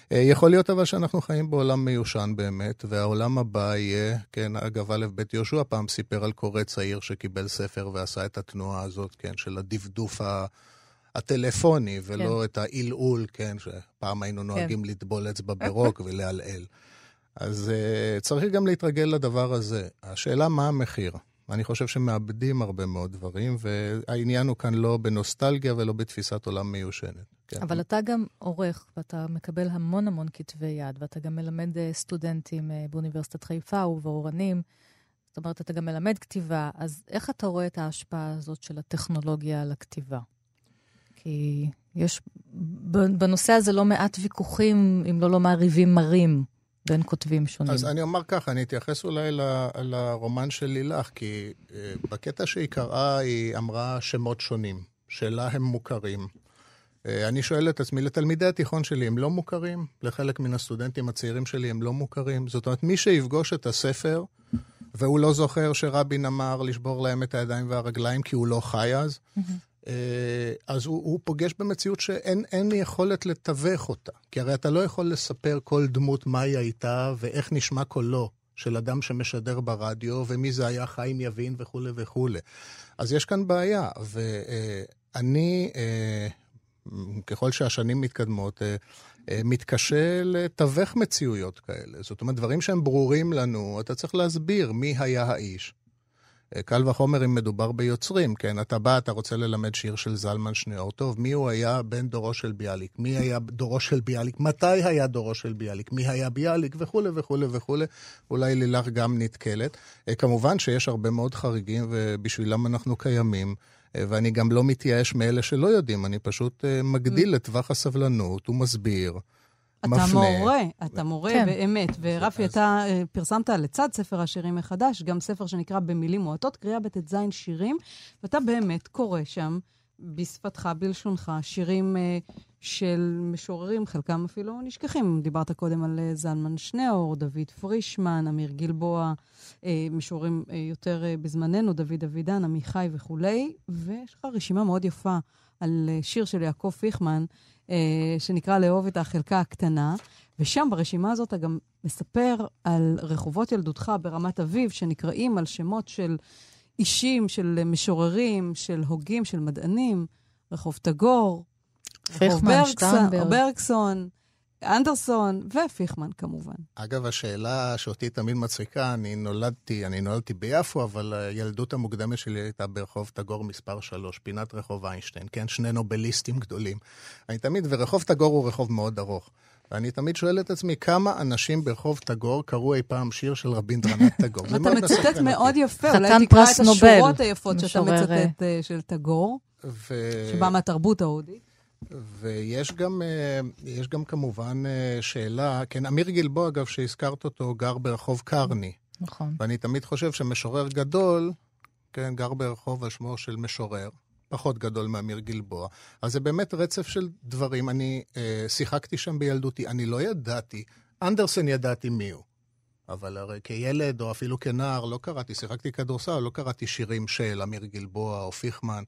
יכול להיות אבל שאנחנו חיים בעולם מיושן באמת, והעולם הבא יהיה, כן, אגב, א' בית יהושע פעם סיפר על קורא צעיר שקיבל ספר ועשה את התנועה הזאת, כן, של הדפדוף הטלפוני, ולא את העילעול, כן, שפעם היינו נוהגים לטבול אצבע ברוק ולהלעל. אז צריך גם להתרגל לדבר הזה. השאלה מה המחיר? אני חושב שמאבדים הרבה מאוד דברים, והעניין הוא כאן לא בנוסטלגיה ולא בתפיסת עולם מיושנת. כן. אבל אתה גם עורך, ואתה מקבל המון המון כתבי יד, ואתה גם מלמד סטודנטים באוניברסיטת חיפה ובאורנים, זאת אומרת, אתה גם מלמד כתיבה, אז איך אתה רואה את ההשפעה הזאת של הטכנולוגיה על הכתיבה? כי יש בנושא הזה לא מעט ויכוחים, אם לא לומר ריבים מרים, בין כותבים שונים. אז אני אומר ככה, אני אתייחס אולי לרומן של לילך, כי בקטע שהיא קראה, היא אמרה שמות שונים, שלה הם מוכרים. אני שואל את עצמי, לתלמידי התיכון שלי הם לא מוכרים? לחלק מן הסטודנטים הצעירים שלי הם לא מוכרים? זאת אומרת, מי שיפגוש את הספר, והוא לא זוכר שרבין אמר לשבור להם את הידיים והרגליים, כי הוא לא חי אז הוא פוגש במציאות שאין יכולת לתווך אותה. כי הרי אתה לא יכול לספר כל דמות מה היא הייתה, ואיך נשמע קולו של אדם שמשדר ברדיו, ומי זה היה חיים יבין וכו' וכו'. אז יש כאן בעיה, ואני, ככל שהשנים מתקדמות, מתקשה לתווך מציאויות כאלה. זאת אומרת, דברים שהם ברורים לנו, אתה צריך להסביר מי היה האיש. קל וחומר אם מדובר ביוצרים, כן? אתה בא, אתה רוצה ללמד שיר של זלמן שניאור. טוב, מי הוא היה בן דורו של ביאליק? מי היה דורו של ביאליק? מתי היה דורו של ביאליק? מי היה ביאליק? וכו' וכו' וכו'. אולי לילך גם נתקלת. כמובן שיש הרבה מאוד חריגים, ובשבילם אנחנו קיימים. ואני גם לא מתייאש מאלה שלא יודעים. אני פשוט מגדיל את טווח הסבלנות ומסביר. אתה מורה באמת, ורפי, אתה פרסמת לצד ספר השירים מחדש, גם ספר שנקרא במילים מועטות, קריאה בט"ז שירים, ואתה באמת קורא שם, בשפתך, בלשונך, שירים של משוררים, חלקם אפילו נשכחים. דיברת קודם על זלמן שניאור, דוד פרישמן, אמיר גלבוע, משוררים יותר בזמננו, דוד אבידן, עמיחי וכולי, ויש לך רשימה מאוד יפה על שיר של יעקב פיכמן, שנקרא לאהוב את החלקה הקטנה, ושם ברשימה הזאת אתה גם מספר על רחובות ילדותך ברמת אביב, שנקראים על שמות של אישים, של משוררים, של הוגים, של מדענים, רחוב תגור, רחוב ברקסון, אנדרסון ופיכמן כמובן. אגב, השאלה שאותי תמיד מצחיקה, אני נולדתי ביפו, אבל הילדות המוקדמת שלי הייתה ברחוב תגור מספר 3, פינת רחוב איינשטיין, כן? שני נובליסטים גדולים. ורחוב תגור הוא רחוב מאוד ארוך. ואני תמיד שואל את עצמי, כמה אנשים ברחוב תגור קראו אי פעם שיר של רבינדרנט תגור? אתה מצטט מאוד יפה, אולי תקרא את השורות היפות שאתה מצטט של תגור, שבא מהתרבות ההודית. ויש גם כמובן שאלה, כן, אמיר גלבוע, אגב, שהזכרת אותו, גר ברחוב קרני. נכון. ואני תמיד חושב שמשורר גדול, כן, גר ברחוב על שמו של משורר, פחות גדול מאמיר גלבוע. אז זה באמת רצף של דברים. אני שיחקתי שם בילדותי, אני לא ידעתי, אנדרסן ידעתי מי הוא. אבל הרי כילד או אפילו כנער לא קראתי, שיחקתי כדורסל, לא קראתי שירים של אמיר גלבוע או פיכמן.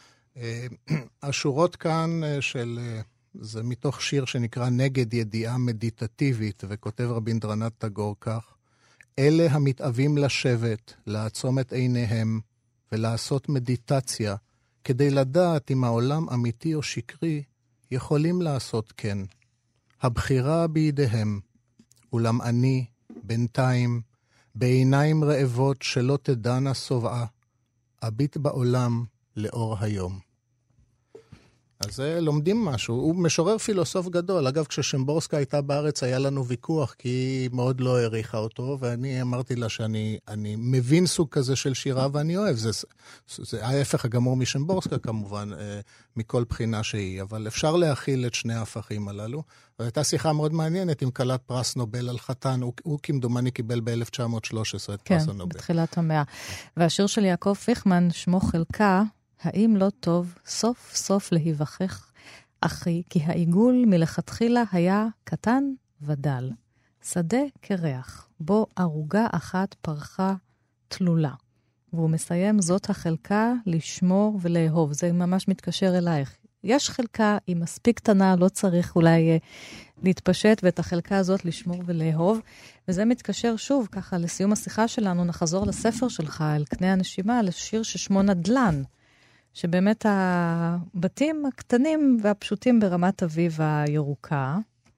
השורות כאן זה מתוך שיר שנקרא נגד ידיעה מדיטטיבית, וכותב רבינדרנט תגור כך: אלה המתאבים לשבת, לעצום את עיניהם ולעשות מדיטציה, כדי לדעת אם העולם אמיתי או שקרי, יכולים לעשות כן. הבחירה בידיהם, אולם אני, בינתיים, בעיניים רעבות שלא תדענה סובעה, אביט בעולם לאור היום. אז לומדים משהו. הוא משורר פילוסוף גדול. אגב, כששמבורסקה הייתה בארץ, היה לנו ויכוח, כי היא מאוד לא העריכה אותו, ואני אמרתי לה שאני מבין סוג כזה של שירה, ואני אוהב. זה ההפך הגמור משמבורסקה, כמובן, מכל בחינה שהיא. אבל אפשר להכיל את שני ההפכים הללו. והייתה שיחה מאוד מעניינת עם קלת פרס נובל על חתן. הוא כמדומני קיבל ב-1913 את פרס הנובל. כן, בתחילת המאה. והשיר של יעקב פיכמן, שמו חלקה, האם לא טוב סוף סוף להיווכח, אחי, כי העיגול מלכתחילה היה קטן ודל, שדה כריח, בו ערוגה אחת פרחה תלולה. והוא מסיים, זאת החלקה לשמור ולאהוב. זה ממש מתקשר אלייך. יש חלקה, היא מספיק קטנה, לא צריך אולי להתפשט ואת החלקה הזאת לשמור ולאהוב. וזה מתקשר שוב, ככה לסיום השיחה שלנו, נחזור לספר שלך, אל קנה הנשימה, לשיר ששמו נדל"ן, שבאמת הבתים הקטנים והפשוטים ברמת אביב הירוקה,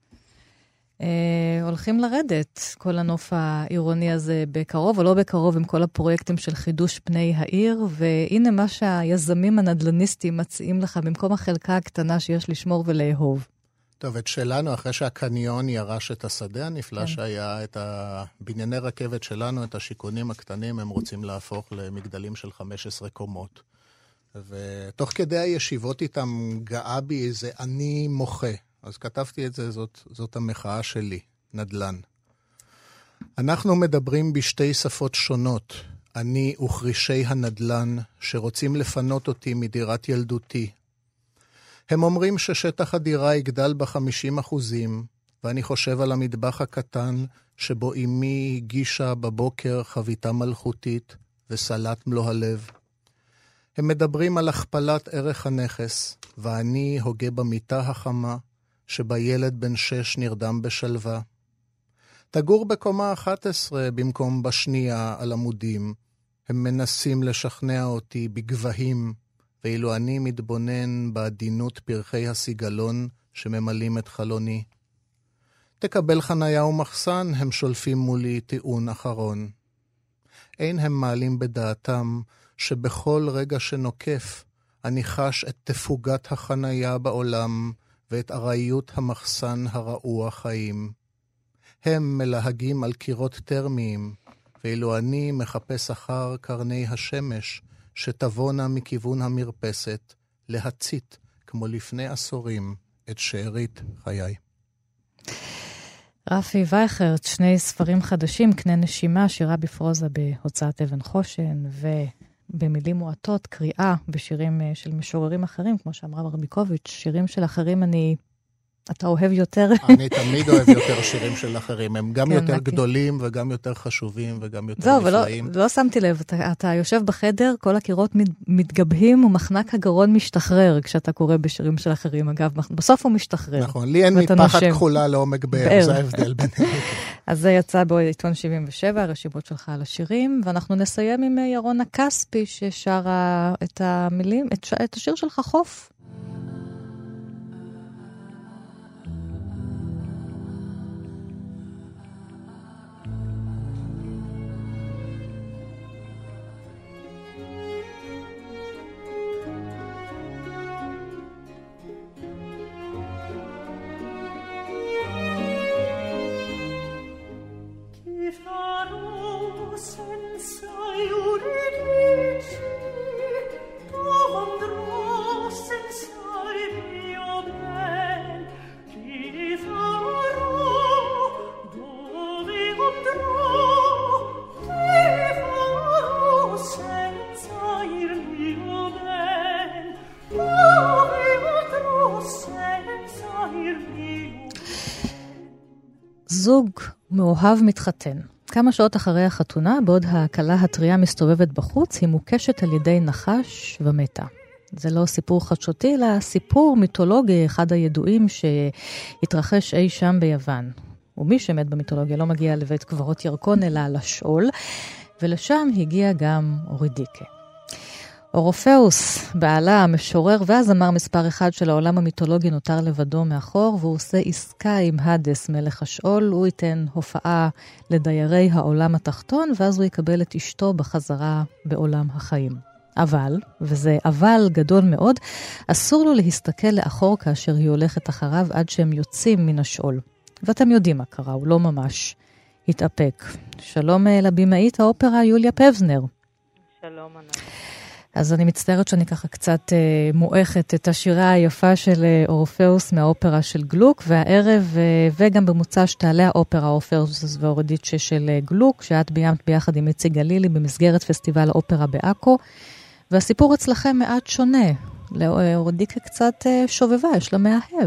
הולכים לרדת, כל הנוף העירוני הזה בקרוב או לא בקרוב, עם כל הפרויקטים של חידוש פני העיר, והנה מה שהיזמים הנדלניסטים מציעים לך, במקום החלקה הקטנה שיש לשמור ולאהוב. טוב, את שלנו, אחרי שהקניון ירש את השדה הנפלא שהיה, את הבנייני רכבת שלנו, את השיכונים הקטנים, הם רוצים להפוך למגדלים של 15 קומות. ותוך כדי הישיבות איתם גאה בי איזה אני מוחה. אז כתבתי את זה, זאת המחאה שלי, נדל"ן. אנחנו מדברים בשתי שפות שונות, אני וכרישי הנדל"ן שרוצים לפנות אותי מדירת ילדותי. הם אומרים ששטח הדירה יגדל ב50%, ואני חושב על המטבח הקטן שבו אמי הגישה בבוקר חביתה מלכותית וסלט מלוא הלב. הם מדברים על הכפלת ערך הנכס, ואני הוגה במיטה החמה, שבה ילד בן 6 נרדם בשלווה. תגור בקומה 11 במקום בשנייה על עמודים. הם מנסים לשכנע אותי בגבהים, ואילו אני מתבונן בעדינות פרחי הסיגלון שממלאים את חלוני. תקבל חניה ומחסן, הם שולפים מולי טיעון אחרון. אין הם מעלים בדעתם שבכל רגע שנוקף אני חש את תפוגת החניה בעולם ואת ארעיות המחסן הרעוע חיים. הם מלהגים על קירות טרמיים, ואילו אני מחפש אחר קרני השמש שתבונה מכיוון המרפסת להצית כמו לפני עשורים את שארית חיי. רפי וייכרט, 2 ספרים חדשים, קנה נשימה, שירה בפרוזה בהוצאת אבן חושן, ובמילים מועטות, קריאה בשירים של משוררים אחרים, כמו שאמרה מרביקוביץ', שירים של אחרים אתה אוהב יותר? אני תמיד אוהב יותר שירים של אחרים. הם גם יותר גדולים וגם יותר חשובים וגם יותר נפלאים. זהו, ולא שמתי לב. אתה יושב בחדר, כל הקירות מתגבהים ומחנק הגרון משתחרר כשאתה קורא בשירים של אחרים. אגב, בסוף הוא משתחרר. נכון, לי אין מטפחת כחולה לעומק באר, זה ההבדל ביניהם. אז זה יצא בעיתון 77, הרשימות שלך על השירים, ואנחנו נסיים עם ירונה כספי ששרה את המילים, את השיר שלך חוף. זוג מאוהב מתחתן. כמה שעות אחרי החתונה, בעוד הכלה הטריה מסתובבת בחוץ, היא מוקשת על ידי נחש ומתה. זה לא סיפור חדשותי, אלא סיפור מיתולוגי, אחד הידועים שהתרחש אי שם ביוון. ומי שמת במיתולוגיה לא מגיע לבית קברות ירקון, אלא לשאול, ולשם הגיע גם אורידיקה. אורופאוס, בעלה, המשורר והזמר מספר 1 של העולם המיתולוגי, נותר לבדו מאחור, והוא עושה עסקה עם הדס, מלך השאול. הוא ייתן הופעה לדיירי העולם התחתון, ואז הוא יקבל את אשתו בחזרה בעולם החיים. אבל, וזה אבל גדול מאוד, אסור לו להסתכל לאחור כאשר היא הולכת אחריו עד שהם יוצאים מן השאול. ואתם יודעים מה קרה, הוא לא ממש התאפק. שלום לבימאית האופרה יוליה פבזנר. שלום ענת. אז אני מצטערת שאני ככה קצת מועכת את השירה היפה של אורפאוס מהאופרה של גלוק, והערב וגם במוצא שתעלה האופרה אורפאוס ואורידיצ'ה של גלוק, שאת ביימת ביחד עם איציק גלילי במסגרת פסטיבל האופרה בעכו, והסיפור אצלכם מעט שונה. לאורידיקה קצת שובבה, יש לה מאהב.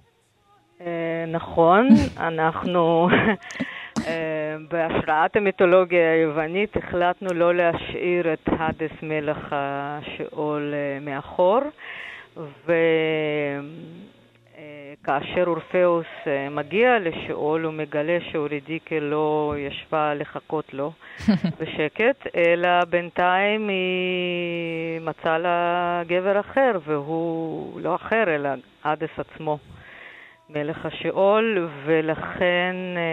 נכון, אנחנו בהשראת המיתולוגיה היוונית החלטנו לא להשאיר את הדס מלך השאול מאחור, כאשר אורפאוס מגיע לשאול, הוא מגלה שאורידיקה לא ישבה לחכות לו בשקט, אלא בינתיים היא מצאה לה גבר אחר, והוא לא אחר, אלא האדס עצמו, מלך השאול, ולכן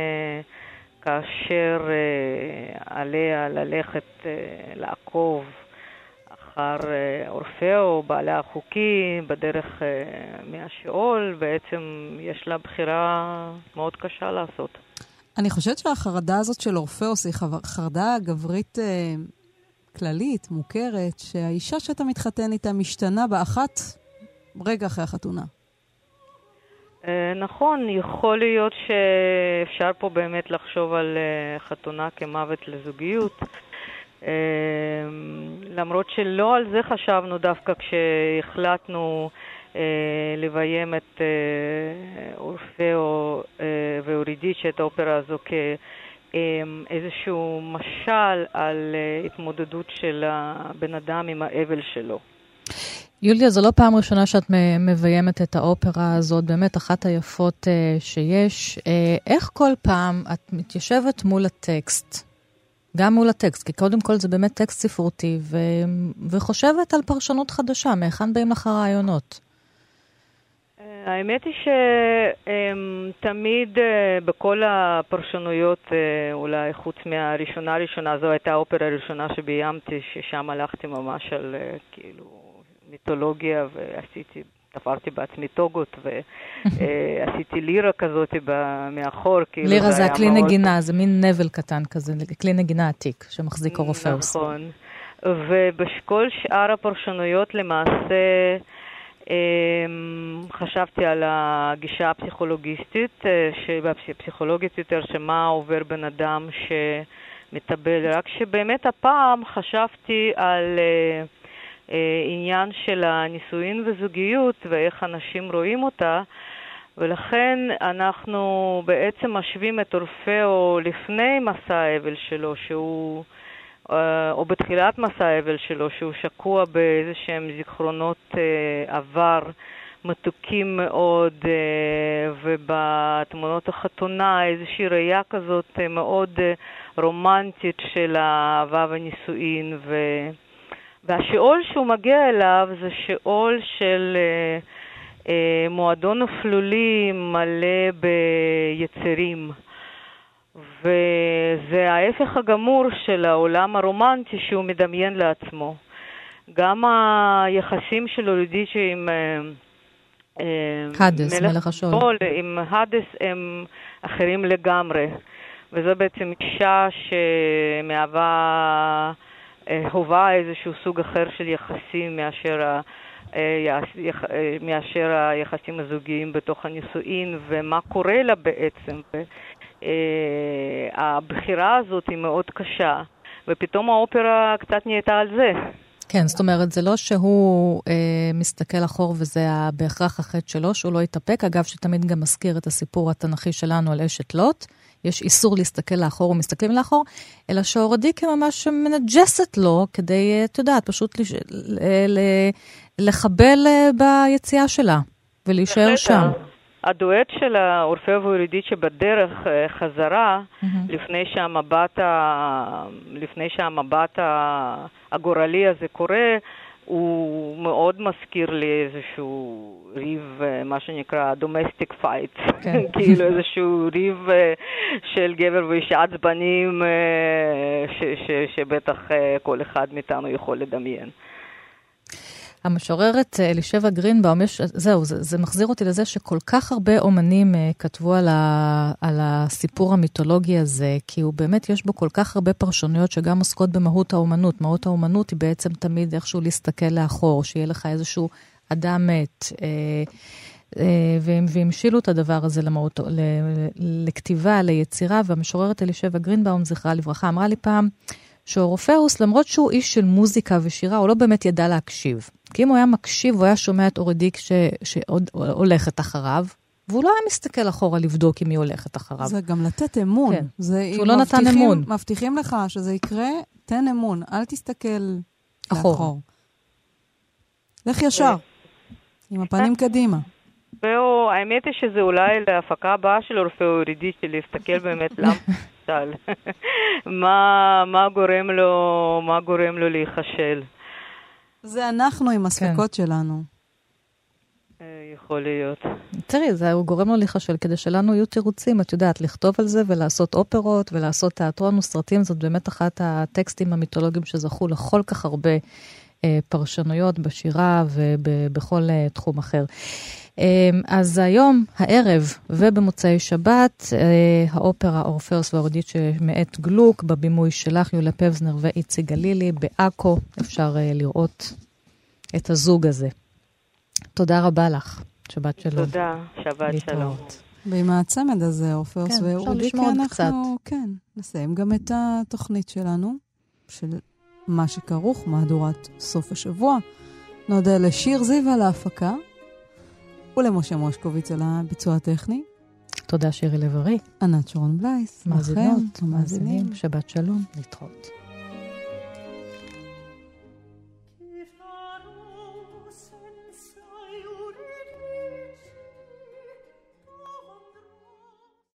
כאשר עליה ללכת לעקוב אחר אורפאו, בעלה החוקי, בדרך מהשאול, בעצם יש לה בחירה מאוד קשה לעשות. אני חושבת שהחרדה הזאת של אורפאוס היא חרדה גברית כללית, מוכרת, שהאישה שאתה מתחתן איתה משתנה באחת רגע אחרי החתונה. נכון, יכול להיות שאפשר פה באמת לחשוב על חתונה כמוות לזוגיות, למרות שלא על זה חשבנו דווקא כשהחלטנו לביים את אורפאו ואורידיצ'ה, את האופרה הזו, כאיזשהו משל על התמודדות של הבן אדם עם האבל שלו. יוליה, זו לא פעם ראשונה שאת מביימת את האופרה הזאת, באמת אחת היפות שיש. איך כל פעם את מתיישבת מול הטקסט? גם מול הטקסט, כי קודם כל זה באמת טקסט ספרותי, וחושבת על פרשנות חדשה, מהיכן באים לך רעיונות? האמת היא שתמיד בכל הפרשנויות, אולי חוץ מהראשונה, זו הייתה האופרה הראשונה שביימתי, ששם הלכתי ממש על כאילו מיתולוגיה, תפרתי בעצמי טוגות, ועשיתי לירה כזאת מאחור. לירה זה הכלי נגינה, זה מין נבל קטן כזה, כלי נגינה עתיק שמחזיק אורפאוס. נכון. ובכל שאר הפרשנויות למעשה חשבתי על הגישה הפסיכולוגיסטית, פסיכולוגית יותר, שמה עובר בן אדם שמטבל. רק שבאמת הפעם חשבתי על עניין של הנישואין וזוגיות ואיך אנשים רואים אותה, ולכן אנחנו בעצם משווים את אורפאו לפני מסע האבל שלו, שהוא או בתחילת מסע האבל שלו, שהוא שקוע באיזשהם זיכרונות עבר מתוקים מאוד, ובתמונות החתונה איזושהי ראייה כזאת מאוד רומנטית של האהבה ונישואין, והשאול שהוא מגיע אליו זה שאול של מועדון אפלולי מלא ביצרים, וזה ההפך הגמור של העולם הרומנטי שהוא מדמיין לעצמו. גם היחסים של אורידיצ'ה עם האדס, מלך השאול, עם האדס, הם אחרים לגמרי, וזו בעצם אישה שמהווה הובה איזשהו סוג אחר של יחסים מאשר היחסים הזוגיים בתוך הנישואין, ומה קורה לה בעצם. הבחירה הזאת היא מאוד קשה, ופתאום האופרה קצת נהייתה על זה. כן, זאת אומרת, זה לא שהוא מסתכל אחור וזה בהכרח החטא שלו, שהוא לא יתאפק. אגב, שתמיד גם מזכיר את הסיפור התנ"כי שלנו על אשת לוט. יש איסור להסתכל לאחור ומסתכלים לאחור, אלא שאורדיקה ממש מנג'סת לו כדי, אתה יודעת, פשוט לחבל ביציאה שלה ולהישאר שם. הדואט של אורפאו ואורידיצ'ה בדרך חזרה, לפני שהמבט הגורלי הזה קורה, הוא מאוד מזכיר לי איזשהו ריב, מה שנקרא domestic fight, כאילו איזשהו ריב של גבר ואישה עצבנים שבטח כל אחד מאיתנו יכול לדמיין. המשוררת אלישבע גרינבאום, זה מחזיר אותי לזה שכל כך הרבה אומנים כתבו על הסיפור המיתולוגי הזה, כי הוא באמת יש בו כל כך הרבה פרשנויות שגם עוסקות במהות האומנות. מהות האומנות היא בעצם תמיד איכשהו להסתכל לאחור, שיהיה לך איזשהו אדם מת, והמשילו את הדבר הזה לכתיבה, ליצירה, והמשוררת אלישבע גרינבאום, זכרה לברכה, אמרה לי פעם, שאורפאוס, למרות שהוא איש של מוזיקה ושירה, הוא לא באמת ידע להקשיב. כי אם הוא היה מקשיב, הוא היה שומע את אורידיק שהולכת אחריו, והוא לא היה מסתכל אחורה לבדוק אם היא הולכת אחריו. זה גם לתת אמון. כן. הוא לא נתן אמון. מבטיחים לך שזה יקרה, תן אמון. אל תסתכל לאחור. לך ישר. עם הפנים קדימה. האמת היא שזה אולי להפקה הבאה של אורפאו אורידיצ'ה, להסתכל באמת למה נכשל. מה גורם לו להיכשל. זה אנחנו עם הספקות שלנו. יכול להיות. תראי, הוא גורם לו להיכשל, כדי שלנו יהיו תירוצים, את יודעת, לכתוב על זה ולעשות אופרות ולעשות תיאטרון וסרטים, זאת באמת אחת הטקסטים המיתולוגיים שזכו לכל כך הרבה פרשנויות בשירה ובכל תחום אחר. אז היום, הערב ובמוצאי שבת, האופרה אורפאוס ואורידיצ'ה מאת גלוק, בבימוי שלך יוליה פבזנר ואיצי גלילי, בעכו אפשר לראות את הזוג הזה. תודה רבה לך. שבת שלום. תודה, שבת שלום. ועם הצמד הזה, אורפאוס ואורידיצ'ה, אנחנו נסיים גם את התוכנית שלנו, של מה שכרוך, מהדורת סוף השבוע. נודה לשיר זיו על ההפקה, ולמשה מושקוביץ על הביצוע הטכני. תודה שירי לב-ארי. ענת שרון בלייס. מאזינות, מאזינים, שבת שלום, להתראות.